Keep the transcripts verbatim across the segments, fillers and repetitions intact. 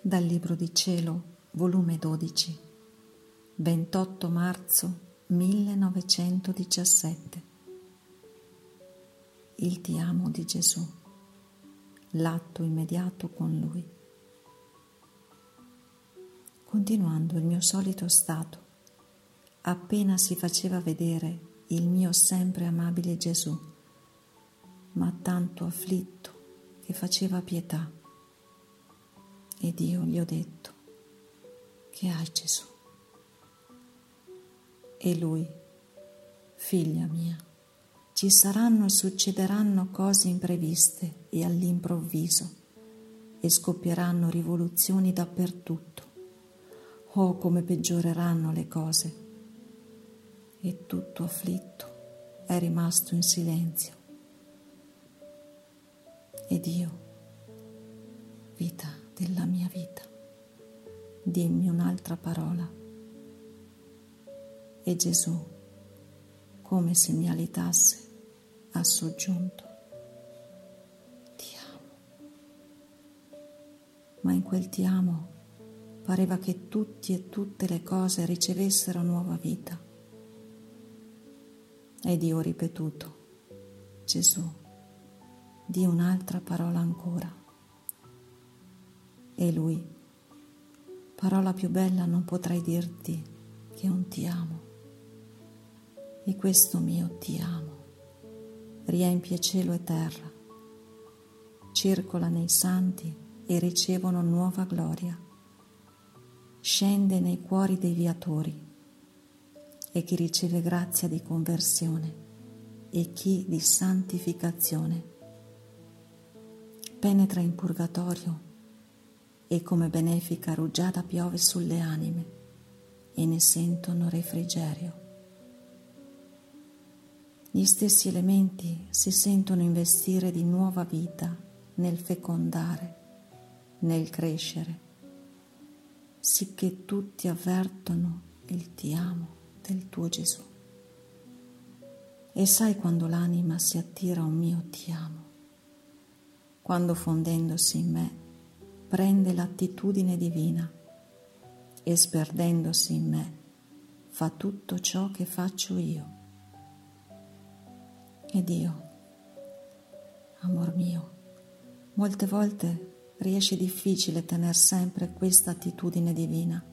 Dal Libro di Cielo, volume dodici, ventotto marzo millenovecentodiciassette. Il ti amo di Gesù, l'atto immediato con Lui. Continuando il mio solito stato, appena si faceva vedere il mio sempre amabile Gesù, ma tanto afflitto che faceva pietà. Ed io gli ho detto: che hai, Gesù? E lui: figlia mia, ci saranno e succederanno cose impreviste e all'improvviso, e scoppieranno rivoluzioni dappertutto. Oh, come peggioreranno le cose! E tutto afflitto è rimasto in silenzio. Ed io: vita della mia vita, dimmi un'altra parola. E Gesù, come se mi alitasse, ha soggiunto: ti amo. Ma in quel ti amo pareva che tutti e tutte le cose ricevessero nuova vita. Ed io ho ripetuto: Gesù, di un'altra parola ancora. E lui: parola più bella non potrei dirti che un ti amo. E questo mio ti amo riempie cielo e terra, circola nei santi e ricevono nuova gloria, scende nei cuori dei viatori, e chi riceve grazia di conversione e chi di santificazione, penetra in purgatorio e come benefica rugiada piove sulle anime e ne sentono refrigerio. Gli stessi elementi si sentono investire di nuova vita nel fecondare, nel crescere, sicché tutti avvertono il ti amo del tuo Gesù. E sai quando l'anima si attira a un mio ti amo? Quando fondendosi in me prende l'attitudine divina e sperdendosi in me fa tutto ciò che faccio io. Ed io, amor mio, molte volte riesce difficile tener sempre questa attitudine divina.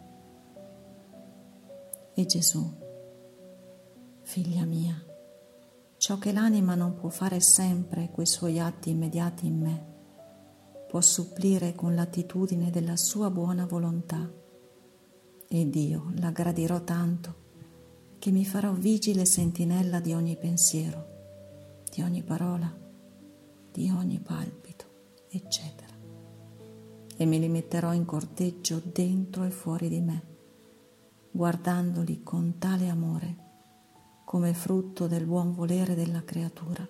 E Gesù, figlia mia, ciò che l'anima non può fare sempre coi suoi atti immediati in me, può supplire con l'attitudine della sua buona volontà, ed io la gradirò tanto che mi farò vigile sentinella di ogni pensiero, di ogni parola, di ogni palpito, eccetera. E me li metterò in corteggio dentro e fuori di me, guardandoli con tale amore come frutto del buon volere della creatura.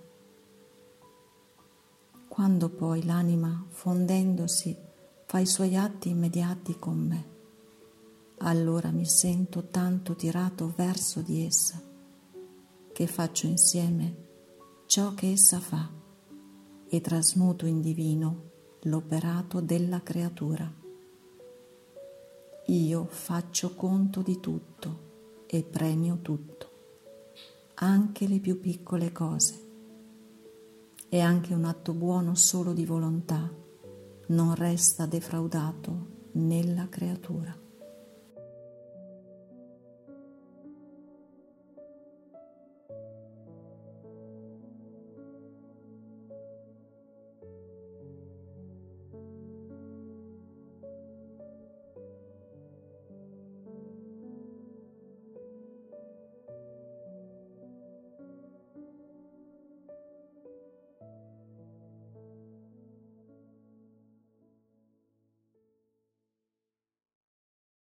Quando poi l'anima, fondendosi, fa i suoi atti immediati con me, allora mi sento tanto tirato verso di essa che faccio insieme ciò che essa fa e trasmuto in divino l'operato della creatura. Io faccio conto di tutto e premio tutto, anche le più piccole cose. E anche un atto buono solo di volontà non resta defraudato nella creatura.